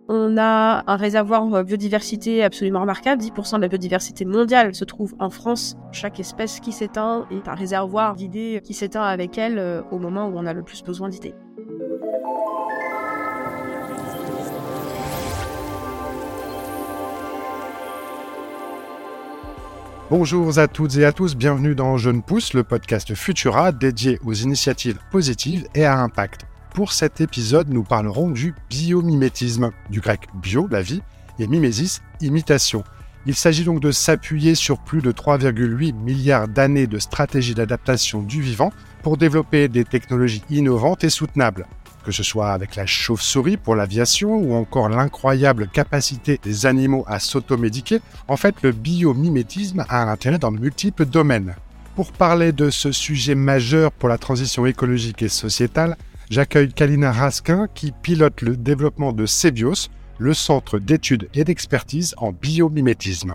On a un réservoir biodiversité absolument remarquable. 10% de la biodiversité mondiale se trouve en France. Chaque espèce qui s'éteint est un réservoir d'idées qui s'éteint avec elle au moment où on a le plus besoin d'idées. Bonjour à toutes et à tous, bienvenue dans Jeune Pousse, le podcast Futura dédié aux initiatives positives et à impact. Pour cet épisode, nous parlerons du biomimétisme, du grec bio, la vie, et mimésis, imitation. Il s'agit donc de s'appuyer sur plus de 3,8 milliards d'années de stratégies d'adaptation du vivant pour développer des technologies innovantes et soutenables. Que ce soit avec la chauve-souris pour l'aviation ou encore l'incroyable capacité des animaux à s'automédiquer, en fait, le biomimétisme a un intérêt dans de multiples domaines. Pour parler de ce sujet majeur pour la transition écologique et sociétale, j'accueille Kalina Raskin qui pilote le développement de Cebios, le centre d'études et d'expertise en biomimétisme.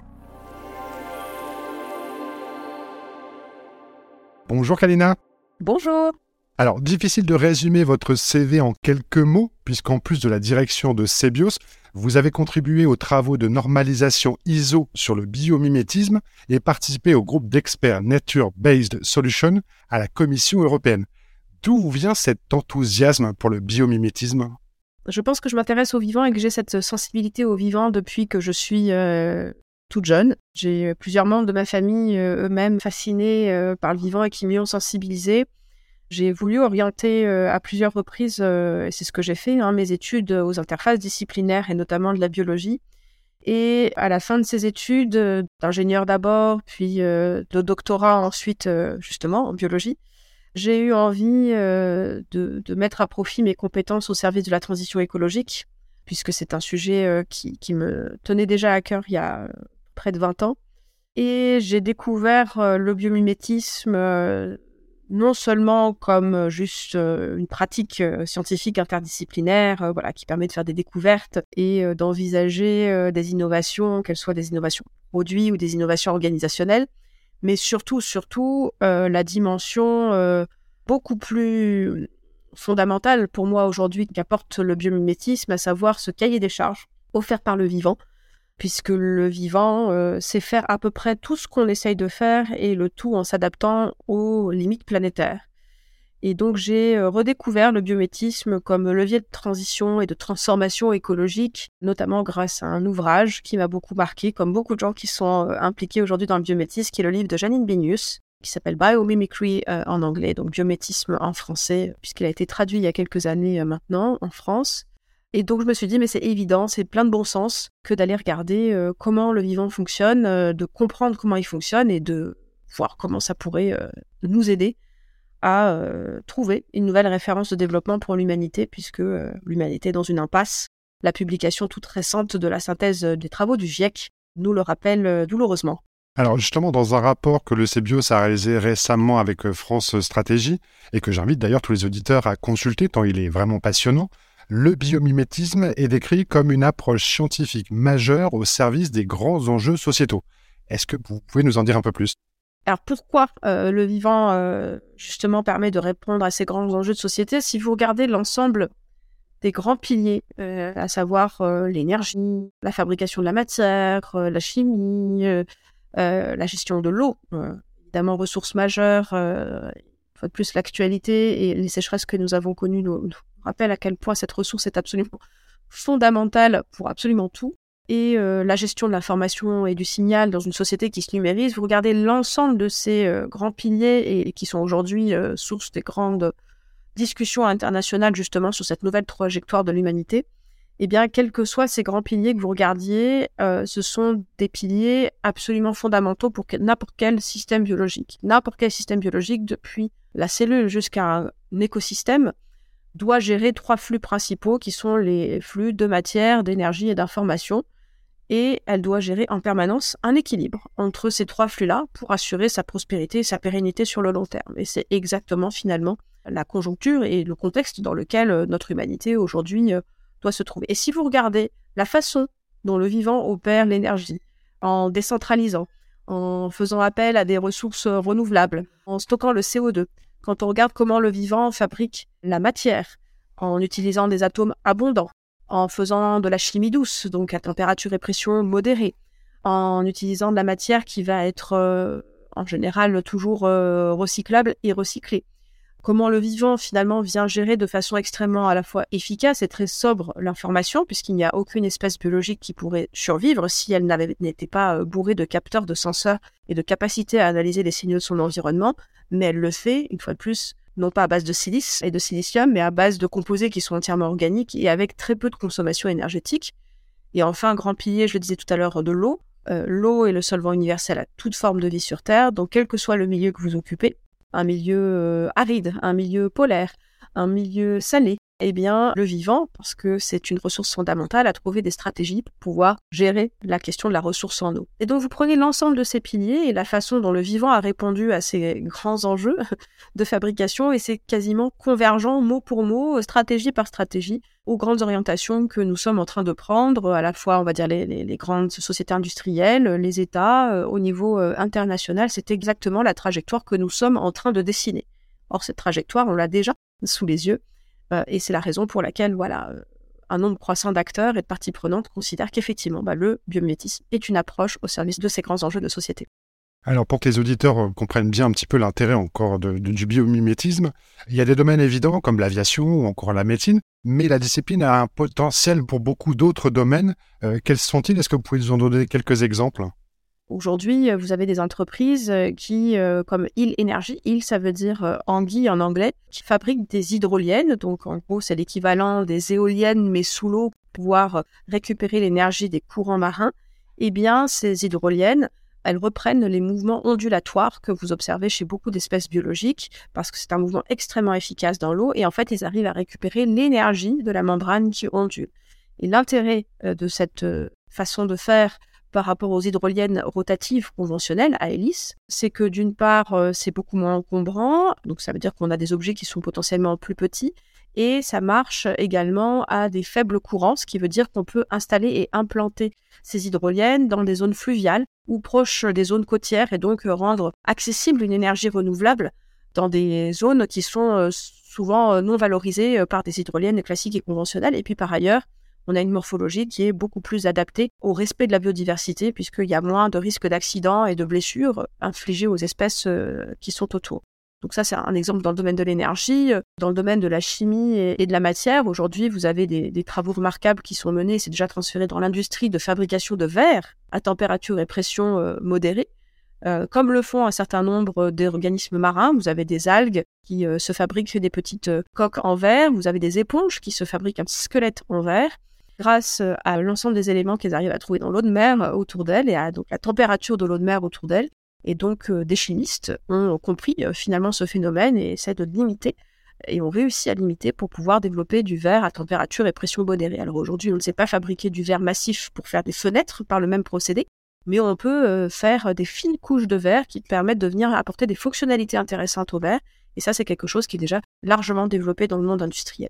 Bonjour Kalina. Bonjour. Alors, difficile de résumer votre CV en quelques mots, puisqu'en plus de la direction de Cebios, vous avez contribué aux travaux de normalisation ISO sur le biomimétisme et participé au groupe d'experts Nature Based Solutions à la Commission européenne. D'où vient cet enthousiasme pour le biomimétisme ? Je pense que je m'intéresse au vivant et que j'ai cette sensibilité au vivant depuis que je suis toute jeune. J'ai plusieurs membres de ma famille eux-mêmes fascinés par le vivant et qui m'y ont sensibilisée. J'ai voulu orienter à plusieurs reprises, et c'est ce que j'ai fait, mes études aux interfaces disciplinaires et notamment de la biologie. Et à la fin de ces études, d'ingénieur d'abord, puis de doctorat ensuite, justement, en biologie, j'ai eu envie de mettre à profit mes compétences au service de la transition écologique, puisque c'est un sujet qui me tenait déjà à cœur il y a près de 20 ans. Et j'ai découvert le biomimétisme non seulement comme juste une pratique scientifique interdisciplinaire qui permet de faire des découvertes et d'envisager des innovations, qu'elles soient des innovations produits ou des innovations organisationnelles, mais surtout la dimension beaucoup plus fondamentale pour moi aujourd'hui qu'apporte le biomimétisme, à savoir ce cahier des charges offert par le vivant, puisque le vivant sait faire à peu près tout ce qu'on essaye de faire et le tout en s'adaptant aux limites planétaires. Et donc j'ai redécouvert le biomimétisme comme levier de transition et de transformation écologique, notamment grâce à un ouvrage qui m'a beaucoup marqué, comme beaucoup de gens qui sont impliqués aujourd'hui dans le biomimétisme, qui est le livre de Janine Benyus, qui s'appelle Biomimicry en anglais, donc biomimétisme en français, puisqu'il a été traduit il y a quelques années maintenant en France. Et donc je me suis dit, mais c'est évident, c'est plein de bon sens que d'aller regarder comment le vivant fonctionne, de comprendre comment il fonctionne et de voir comment ça pourrait nous aider à trouver une nouvelle référence de développement pour l'humanité, puisque l'humanité est dans une impasse. La publication toute récente de la synthèse des travaux du GIEC nous le rappelle douloureusement. Alors justement, dans un rapport que le Cebios a réalisé récemment avec France Stratégie, et que j'invite d'ailleurs tous les auditeurs à consulter tant il est vraiment passionnant, le biomimétisme est décrit comme une approche scientifique majeure au service des grands enjeux sociétaux. Est-ce que vous pouvez nous en dire un peu plus ? Alors pourquoi le vivant justement permet de répondre à ces grands enjeux de société ? Si vous regardez l'ensemble des grands piliers, à savoir l'énergie, la fabrication de la matière, la chimie, la gestion de l'eau, évidemment ressources majeures, une fois de plus l'actualité et les sécheresses que nous avons connues nous rappellent à quel point cette ressource est absolument fondamentale pour absolument tout. Et la gestion de l'information et du signal dans une société qui se numérise, vous regardez l'ensemble de ces grands piliers et qui sont aujourd'hui source des grandes discussions internationales justement sur cette nouvelle trajectoire de l'humanité, eh bien, quels que soient ces grands piliers que vous regardiez, ce sont des piliers absolument fondamentaux pour n'importe quel système biologique. N'importe quel système biologique, depuis la cellule jusqu'à un écosystème, doit gérer 3 flux principaux qui sont les flux de matière, d'énergie et d'information. Et elle doit gérer en permanence un équilibre entre ces 3 flux-là pour assurer sa prospérité et sa pérennité sur le long terme. Et c'est exactement finalement la conjoncture et le contexte dans lequel notre humanité aujourd'hui doit se trouver. Et si vous regardez la façon dont le vivant opère l'énergie, en décentralisant, en faisant appel à des ressources renouvelables, en stockant le CO2, quand on regarde comment le vivant fabrique la matière, en utilisant des atomes abondants, en faisant de la chimie douce, donc à température et pression modérée, en utilisant de la matière qui va être en général toujours recyclable et recyclée. Comment le vivant finalement vient gérer de façon extrêmement à la fois efficace et très sobre l'information, puisqu'il n'y a aucune espèce biologique qui pourrait survivre si elle n'était pas bourrée de capteurs, de senseurs et de capacité à analyser les signaux de son environnement, mais elle le fait, une fois de plus, non pas à base de silice et de silicium, mais à base de composés qui sont entièrement organiques et avec très peu de consommation énergétique. Et enfin, un grand pilier, je le disais tout à l'heure, de l'eau. L'eau est le solvant universel à toute forme de vie sur Terre, donc quel que soit le milieu que vous occupez, un milieu aride, un milieu polaire, un milieu salé, eh bien, le vivant, parce que c'est une ressource fondamentale, a trouvé des stratégies pour pouvoir gérer la question de la ressource en eau. Et donc, vous prenez l'ensemble de ces piliers et la façon dont le vivant a répondu à ces grands enjeux de fabrication, et c'est quasiment convergent, mot pour mot, stratégie par stratégie, aux grandes orientations que nous sommes en train de prendre, à la fois, on va dire, les grandes sociétés industrielles, les États, au niveau international. C'est exactement la trajectoire que nous sommes en train de dessiner. Or, cette trajectoire, on l'a déjà sous les yeux, et c'est la raison pour laquelle, un nombre croissant d'acteurs et de parties prenantes considèrent qu'effectivement, le biomimétisme est une approche au service de ces grands enjeux de société. Alors, pour que les auditeurs comprennent bien un petit peu l'intérêt encore du biomimétisme, il y a des domaines évidents comme l'aviation ou encore la médecine, mais la discipline a un potentiel pour beaucoup d'autres domaines. Quels sont-ils? Est-ce que vous pouvez nous en donner quelques exemples? Aujourd'hui, vous avez des entreprises qui, comme Hill Energy, Hill ça veut dire anguille en anglais, qui fabriquent des hydroliennes. Donc en gros, c'est l'équivalent des éoliennes mais sous l'eau pour pouvoir récupérer l'énergie des courants marins. Eh bien, ces hydroliennes, elles reprennent les mouvements ondulatoires que vous observez chez beaucoup d'espèces biologiques, parce que c'est un mouvement extrêmement efficace dans l'eau, et en fait, ils arrivent à récupérer l'énergie de la membrane qui ondule. Et l'intérêt de cette façon de faire par rapport aux hydroliennes rotatives conventionnelles à hélice, c'est que d'une part, c'est beaucoup moins encombrant, donc ça veut dire qu'on a des objets qui sont potentiellement plus petits, et ça marche également à des faibles courants, ce qui veut dire qu'on peut installer et implanter ces hydroliennes dans des zones fluviales ou proches des zones côtières, et donc rendre accessible une énergie renouvelable dans des zones qui sont souvent non valorisées par des hydroliennes classiques et conventionnelles. Et puis par ailleurs, on a une morphologie qui est beaucoup plus adaptée au respect de la biodiversité, puisqu'il y a moins de risques d'accidents et de blessures infligées aux espèces qui sont autour. Donc ça, c'est un exemple dans le domaine de l'énergie. Dans le domaine de la chimie et de la matière, aujourd'hui, vous avez des travaux remarquables qui sont menés, c'est déjà transféré dans l'industrie de fabrication de verre à température et pression modérée. Comme le font un certain nombre d'organismes marins, vous avez des algues qui se fabriquent des petites coques en verre, vous avez des éponges qui se fabriquent un petit squelette en verre, grâce à l'ensemble des éléments qu'elles arrivent à trouver dans l'eau de mer autour d'elles et à donc la température de l'eau de mer autour d'elles. Et donc, des chimistes ont compris finalement ce phénomène et essaient de le limiter, et ont réussi à limiter pour pouvoir développer du verre à température et pression modérée. Alors aujourd'hui, on ne sait pas fabriquer du verre massif pour faire des fenêtres par le même procédé, mais on peut faire des fines couches de verre qui permettent de venir apporter des fonctionnalités intéressantes au verre, et ça, c'est quelque chose qui est déjà largement développé dans le monde industriel.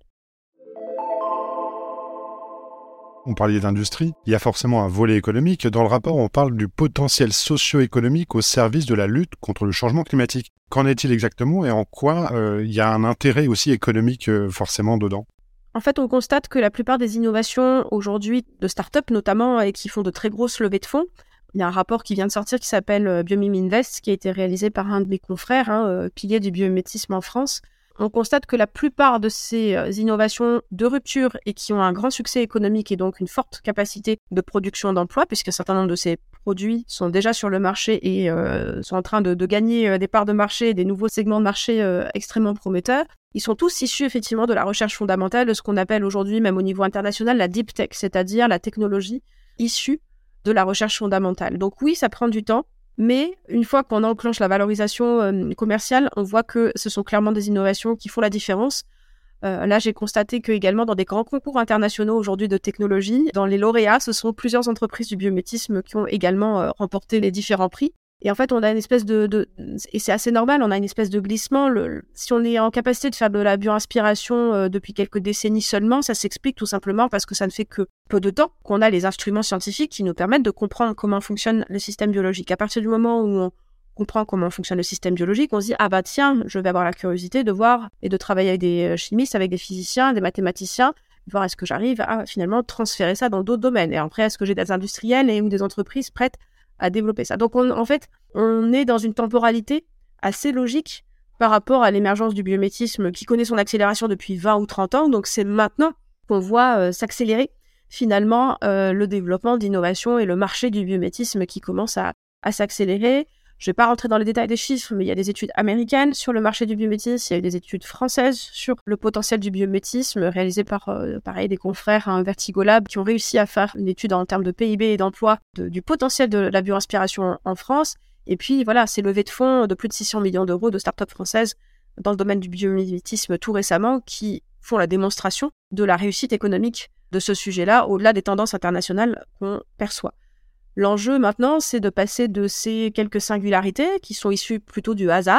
On parlait d'industrie, il y a forcément un volet économique. Dans le rapport, on parle du potentiel socio-économique au service de la lutte contre le changement climatique. Qu'en est-il exactement et en quoi il y a un intérêt aussi économique forcément dedans? En fait, on constate que la plupart des innovations aujourd'hui de start-up notamment et qui font de très grosses levées de fonds, il y a un rapport qui vient de sortir qui s'appelle Biomim Invest, qui a été réalisé par un de mes confrères, pilier du biomimétisme en France. On constate que la plupart de ces innovations de rupture et qui ont un grand succès économique et donc une forte capacité de production d'emplois, puisqu'un certain nombre de ces produits sont déjà sur le marché et sont en train de gagner des parts de marché, des nouveaux segments de marché extrêmement prometteurs, ils sont tous issus effectivement de la recherche fondamentale, de ce qu'on appelle aujourd'hui, même au niveau international, la deep tech, c'est-à-dire la technologie issue de la recherche fondamentale. Donc oui, ça prend du temps. Mais une fois qu'on enclenche la valorisation commerciale, on voit que ce sont clairement des innovations qui font la différence. Là, j'ai constaté que également dans des grands concours internationaux aujourd'hui de technologie, dans les lauréats, ce sont plusieurs entreprises du biomimétisme qui ont également remporté les différents prix. Et en fait, on a une espèce et c'est assez normal, on a une espèce de glissement. Si on est en capacité de faire de la bioinspiration depuis quelques décennies seulement, ça s'explique tout simplement parce que ça ne fait que peu de temps qu'on a les instruments scientifiques qui nous permettent de comprendre comment fonctionne le système biologique. À partir du moment où on comprend comment fonctionne le système biologique, on se dit « Ah bah tiens, je vais avoir la curiosité de voir et de travailler avec des chimistes, avec des physiciens, des mathématiciens voir est-ce que j'arrive à finalement transférer ça dans d'autres domaines. Et après, est-ce que j'ai des industriels ou des entreprises prêtes à développer ça. Donc en fait, on est dans une temporalité assez logique par rapport à l'émergence du biomimétisme qui connaît son accélération depuis 20 ou 30 ans. Donc c'est maintenant qu'on voit s'accélérer finalement le développement d'innovation et le marché du biomimétisme qui commence à s'accélérer. Je ne vais pas rentrer dans les détails des chiffres, mais il y a des études américaines sur le marché du biomimétisme, il y a eu des études françaises sur le potentiel du biomimétisme réalisées par, des confrères Vertigo Lab qui ont réussi à faire une étude en termes de PIB et d'emploi du potentiel de la bioinspiration en France. Et puis voilà, ces levées de fonds de plus de 600 millions d'euros de start-up françaises dans le domaine du biomimétisme tout récemment qui font la démonstration de la réussite économique de ce sujet-là au-delà des tendances internationales qu'on perçoit. L'enjeu maintenant, c'est de passer de ces quelques singularités qui sont issues plutôt du hasard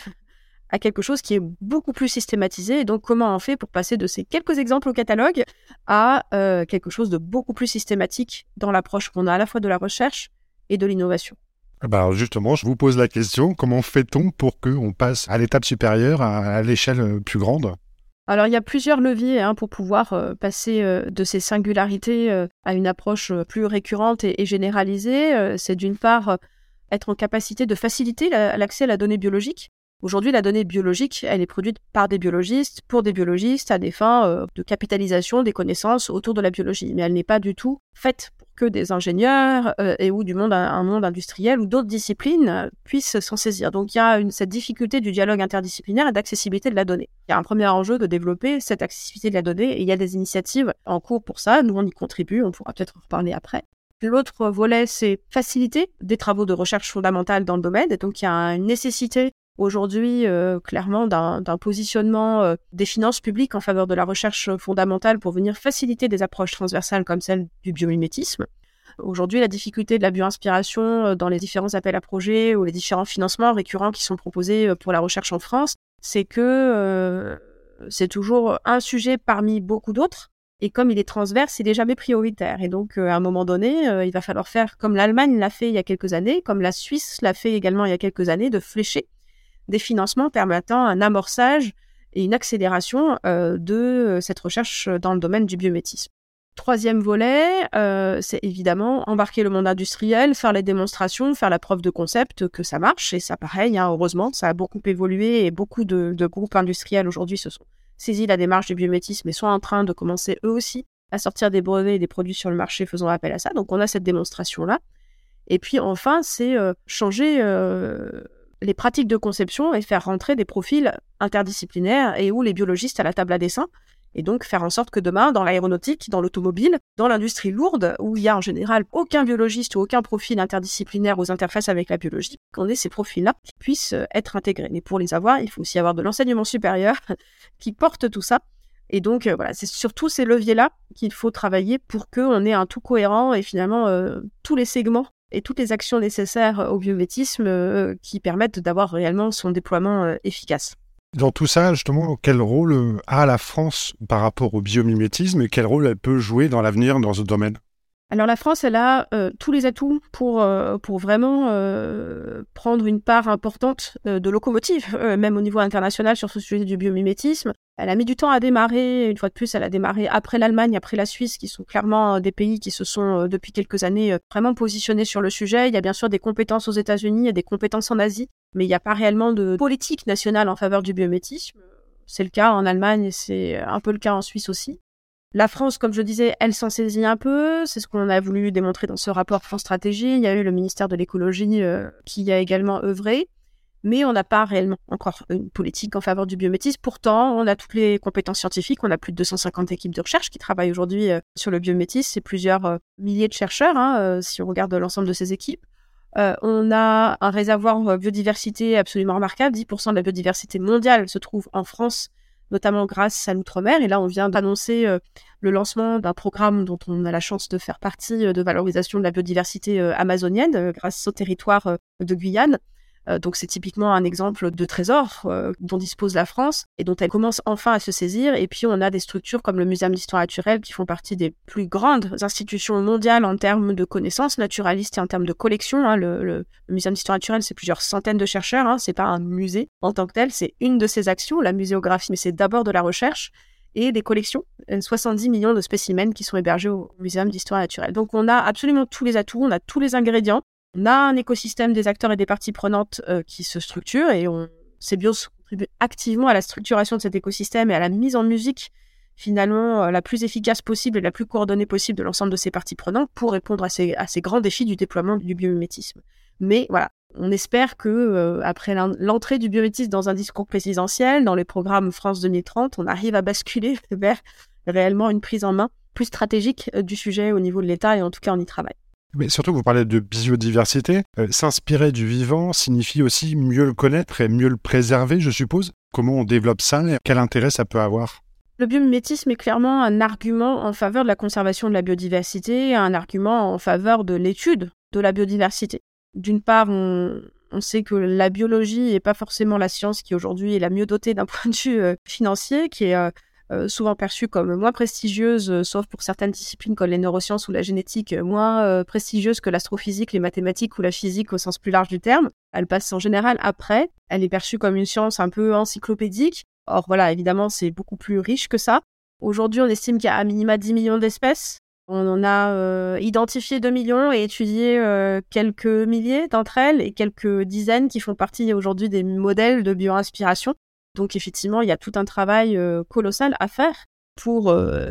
à quelque chose qui est beaucoup plus systématisé. Et donc, comment on fait pour passer de ces quelques exemples au catalogue à quelque chose de beaucoup plus systématique dans l'approche qu'on a à la fois de la recherche et de l'innovation? Alors justement, je vous pose la question, comment fait-on pour qu'on passe à l'étape supérieure, à l'échelle plus grande ? Alors, il y a plusieurs leviers pour pouvoir passer de ces singularités à une approche plus récurrente et généralisée. C'est d'une part être en capacité de faciliter l'accès à la donnée biologique. Aujourd'hui, la donnée biologique, elle est produite par des biologistes, pour des biologistes, à des fins de capitalisation des connaissances autour de la biologie. Mais elle n'est pas du tout faite pour que des ingénieurs et ou un monde industriel ou d'autres disciplines puissent s'en saisir. Donc il y a cette difficulté du dialogue interdisciplinaire et d'accessibilité de la donnée. Il y a un premier enjeu de développer cette accessibilité de la donnée et il y a des initiatives en cours pour ça. Nous, on y contribue, on pourra peut-être en reparler après. L'autre volet, c'est faciliter des travaux de recherche fondamentale dans le domaine. Et donc il y a une nécessité aujourd'hui, clairement, d'un positionnement des finances publiques en faveur de la recherche fondamentale pour venir faciliter des approches transversales comme celle du biomimétisme. Aujourd'hui, la difficulté de la bioinspiration dans les différents appels à projets ou les différents financements récurrents qui sont proposés pour la recherche en France, c'est que c'est toujours un sujet parmi beaucoup d'autres. Et comme il est transverse, il n'est jamais prioritaire. Et donc, à un moment donné, il va falloir faire comme l'Allemagne l'a fait il y a quelques années, comme la Suisse l'a fait également il y a quelques années, de flécher des financements permettant un amorçage et une accélération de cette recherche dans le domaine du biomimétisme. Troisième volet, c'est évidemment embarquer le monde industriel, faire les démonstrations, faire la preuve de concept que ça marche. Et ça, pareil, heureusement, ça a beaucoup évolué et beaucoup de groupes industriels aujourd'hui se sont saisis la démarche du biomimétisme et sont en train de commencer eux aussi à sortir des brevets et des produits sur le marché faisant appel à ça. Donc on a cette démonstration-là. Et puis enfin, c'est changer les pratiques de conception et faire rentrer des profils interdisciplinaires et où les biologistes à la table à dessin, et donc faire en sorte que demain, dans l'aéronautique, dans l'automobile, dans l'industrie lourde, où il y a en général aucun biologiste ou aucun profil interdisciplinaire aux interfaces avec la biologie, qu'on ait ces profils-là qui puissent être intégrés. Mais pour les avoir, il faut aussi avoir de l'enseignement supérieur qui porte tout ça. Et donc, voilà, c'est sur tous ces leviers-là qu'il faut travailler pour qu'on ait un tout cohérent et finalement tous les segments et toutes les actions nécessaires au biomimétisme qui permettent d'avoir réellement son déploiement efficace. Dans tout ça, justement, quel rôle a la France par rapport au biomimétisme et quel rôle elle peut jouer dans l'avenir dans ce domaine ? Alors la France, elle a tous les atouts pour vraiment prendre une part importante de locomotive, même au niveau international sur ce sujet du biomimétisme. Elle a mis du temps à démarrer, une fois de plus, elle a démarré après l'Allemagne, après la Suisse, qui sont clairement des pays qui se sont, depuis quelques années, vraiment positionnés sur le sujet. Il y a bien sûr des compétences aux États-Unis, il y a des compétences en Asie, mais il n'y a pas réellement de politique nationale en faveur du biomimétisme. C'est le cas en Allemagne et c'est un peu le cas en Suisse aussi. La France, comme je disais, elle s'en saisit un peu. C'est ce qu'on a voulu démontrer dans ce rapport France Stratégie. Il y a eu le ministère de l'écologie qui a également œuvré. Mais on n'a pas réellement encore une politique en faveur du biomimétisme. Pourtant, on a toutes les compétences scientifiques. On a plus de 250 équipes de recherche qui travaillent aujourd'hui sur le biomimétisme. C'est plusieurs milliers de chercheurs, si on regarde l'ensemble de ces équipes. On a un réservoir biodiversité absolument remarquable. 10% de la biodiversité mondiale se trouve en France, notamment grâce à l'outre-mer. Et là, on vient d'annoncer le lancement d'un programme dont on a la chance de faire partie de valorisation de la biodiversité amazonienne grâce au territoire de Guyane. Donc c'est typiquement un exemple de trésor dont dispose la France et dont elle commence enfin à se saisir. Et puis on a des structures comme le Muséum d'histoire naturelle qui font partie des plus grandes institutions mondiales en termes de connaissances naturalistes et en termes de collection. Le Muséum d'histoire naturelle, c'est plusieurs centaines de chercheurs. C'est pas un musée en tant que tel, c'est une de ses actions, la muséographie, mais c'est d'abord de la recherche. et des collections, 70 millions de spécimens qui sont hébergés au Muséum d'histoire naturelle. Donc on a absolument tous les atouts, on a tous les ingrédients, on a un écosystème des acteurs et des parties prenantes qui se structure et CBIOS contribue activement à la structuration de cet écosystème et à la mise en musique finalement la plus efficace possible et la plus coordonnée possible de l'ensemble de ces parties prenantes pour répondre à ces grands défis du déploiement du biomimétisme. Mais voilà, on espère que après l'entrée du biomimétisme dans un discours présidentiel, dans les programmes France 2030, on arrive à basculer vers réellement une prise en main plus stratégique du sujet au niveau de l'État et en tout cas on y travaille. Mais surtout, vous parlez de biodiversité. S'inspirer du vivant signifie aussi mieux le connaître et mieux le préserver, je suppose. Comment on développe ça et quel intérêt ça peut avoir ? Le biomimétisme est clairement un argument en faveur de la conservation de la biodiversité, un argument en faveur de l'étude de la biodiversité. D'une part, on sait que la biologie n'est pas forcément la science qui aujourd'hui est la mieux dotée d'un point de vue financier, qui est souvent perçue comme moins prestigieuse, sauf pour certaines disciplines comme les neurosciences ou la génétique, moins prestigieuse que l'astrophysique, les mathématiques ou la physique au sens plus large du terme. Elle passe en général après. Elle est perçue comme une science un peu encyclopédique. Or voilà, évidemment, c'est beaucoup plus riche que ça. Aujourd'hui, on estime qu'il y a à minima 10 millions d'espèces. On en a identifié 2 millions et étudié quelques milliers d'entre elles et quelques dizaines qui font partie aujourd'hui des modèles de bioinspiration. Donc effectivement, il y a tout un travail colossal à faire pour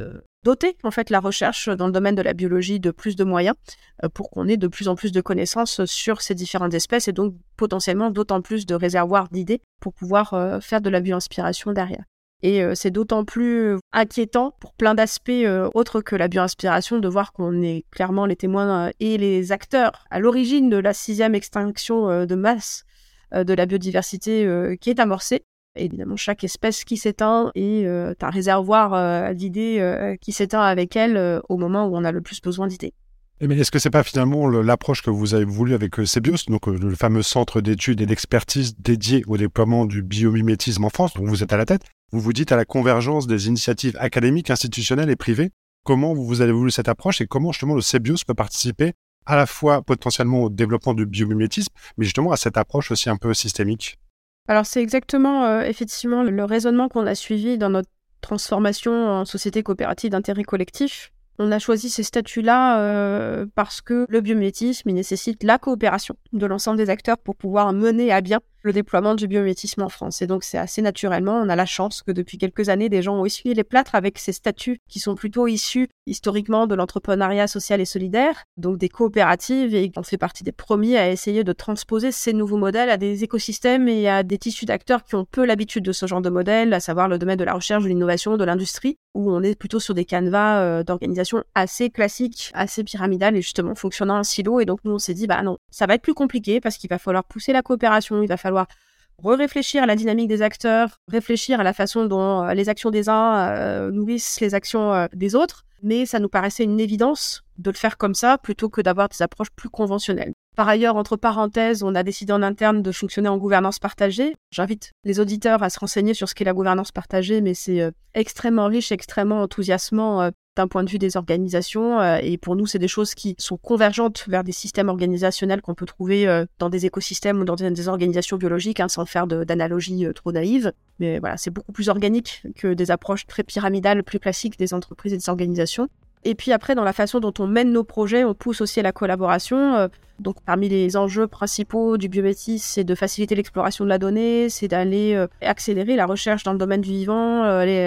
doter en fait la recherche dans le domaine de la biologie de plus de moyens pour qu'on ait de plus en plus de connaissances sur ces différentes espèces et donc potentiellement d'autant plus de réservoirs d'idées pour pouvoir faire de la bioinspiration derrière. Et c'est d'autant plus inquiétant pour plein d'aspects autres que la bioinspiration de voir qu'on est clairement les témoins et les acteurs à l'origine de la 6e extinction de masse de la biodiversité qui est amorcée. Et évidemment, chaque espèce qui s'éteint est un réservoir d'idées qui s'éteint avec elle au moment où on a le plus besoin d'idées. Mais est-ce que c'est pas finalement l'approche que vous avez voulu avec CBIOS, donc le fameux centre d'études et d'expertise dédié au déploiement du biomimétisme en France, dont vous êtes à la tête? Vous vous dites à la convergence des initiatives académiques, institutionnelles et privées. Comment vous avez voulu cette approche et comment justement le CBIOS peut participer à la fois potentiellement au développement du biomimétisme, mais justement à cette approche aussi un peu systémique? Alors c'est exactement effectivement le raisonnement qu'on a suivi dans notre transformation en société coopérative d'intérêt collectif. On a choisi ces statuts-là parce que le biomimétisme il nécessite la coopération de l'ensemble des acteurs pour pouvoir mener à bien le déploiement du biomimétisme en France. Et donc c'est assez naturellement, on a la chance que depuis quelques années, des gens ont essuyé les plâtres avec ces statuts qui sont plutôt issus historiquement de l'entrepreneuriat social et solidaire, donc des coopératives, et on fait partie des premiers à essayer de transposer ces nouveaux modèles à des écosystèmes et à des tissus d'acteurs qui ont peu l'habitude de ce genre de modèle, à savoir le domaine de la recherche, de l'innovation, de l'industrie, où on est plutôt sur des canevas d'organisation assez classiques, assez pyramidales et justement fonctionnant en silo. Et donc nous on s'est dit, bah non, ça va être plus compliqué parce qu'il va falloir pousser la coopération, il va falloir réfléchir à la dynamique des acteurs, réfléchir à la façon dont les actions des uns nourrissent les actions des autres, mais ça nous paraissait une évidence de le faire comme ça plutôt que d'avoir des approches plus conventionnelles. Par ailleurs, entre parenthèses, on a décidé en interne de fonctionner en gouvernance partagée. J'invite les auditeurs à se renseigner sur ce qu'est la gouvernance partagée, mais c'est extrêmement riche, extrêmement enthousiasmant d'un point de vue des organisations. Et pour nous, c'est des choses qui sont convergentes vers des systèmes organisationnels qu'on peut trouver dans des écosystèmes ou dans des organisations biologiques, sans faire d'analogie trop naïve. Mais voilà, c'est beaucoup plus organique que des approches très pyramidales, plus classiques des entreprises et des organisations. Et puis après, dans la façon dont on mène nos projets, on pousse aussi à la collaboration. Donc parmi les enjeux principaux du biomimétisme, c'est de faciliter l'exploration de la donnée, c'est d'aller accélérer la recherche dans le domaine du vivant,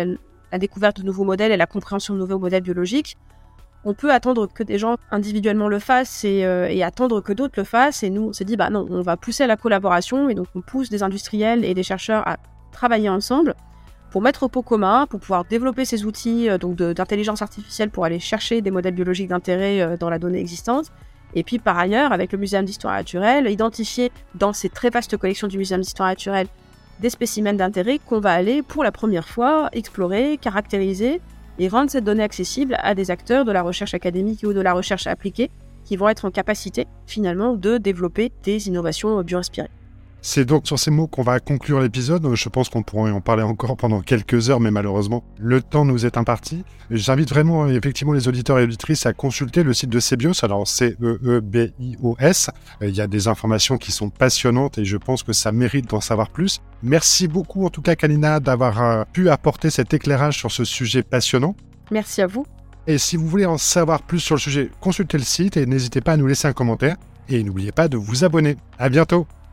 la découverte de nouveaux modèles et la compréhension de nouveaux modèles biologiques. On peut attendre que des gens individuellement le fassent et attendre que d'autres le fassent. Et nous, on s'est dit, bah non, on va pousser à la collaboration. Et donc, on pousse des industriels et des chercheurs à travailler ensemble pour mettre au pot commun, pour pouvoir développer ces outils d'intelligence artificielle pour aller chercher des modèles biologiques d'intérêt dans la donnée existante. Et puis par ailleurs, avec le Muséum d'histoire naturelle, identifier dans ces très vastes collections du Muséum d'histoire naturelle des spécimens d'intérêt qu'on va aller pour la première fois explorer, caractériser et rendre cette donnée accessible à des acteurs de la recherche académique ou de la recherche appliquée qui vont être en capacité finalement de développer des innovations bioinspirées. C'est donc sur ces mots qu'on va conclure l'épisode. Je pense qu'on pourrait en parler encore pendant quelques heures, mais malheureusement, le temps nous est imparti. J'invite vraiment effectivement les auditeurs et auditrices à consulter le site de Cebios, alors CEEBIOS. Il y a des informations qui sont passionnantes et je pense que ça mérite d'en savoir plus. Merci beaucoup en tout cas Kalina d'avoir pu apporter cet éclairage sur ce sujet passionnant. Merci à vous. Et si vous voulez en savoir plus sur le sujet, consultez le site et n'hésitez pas à nous laisser un commentaire. Et n'oubliez pas de vous abonner. À bientôt.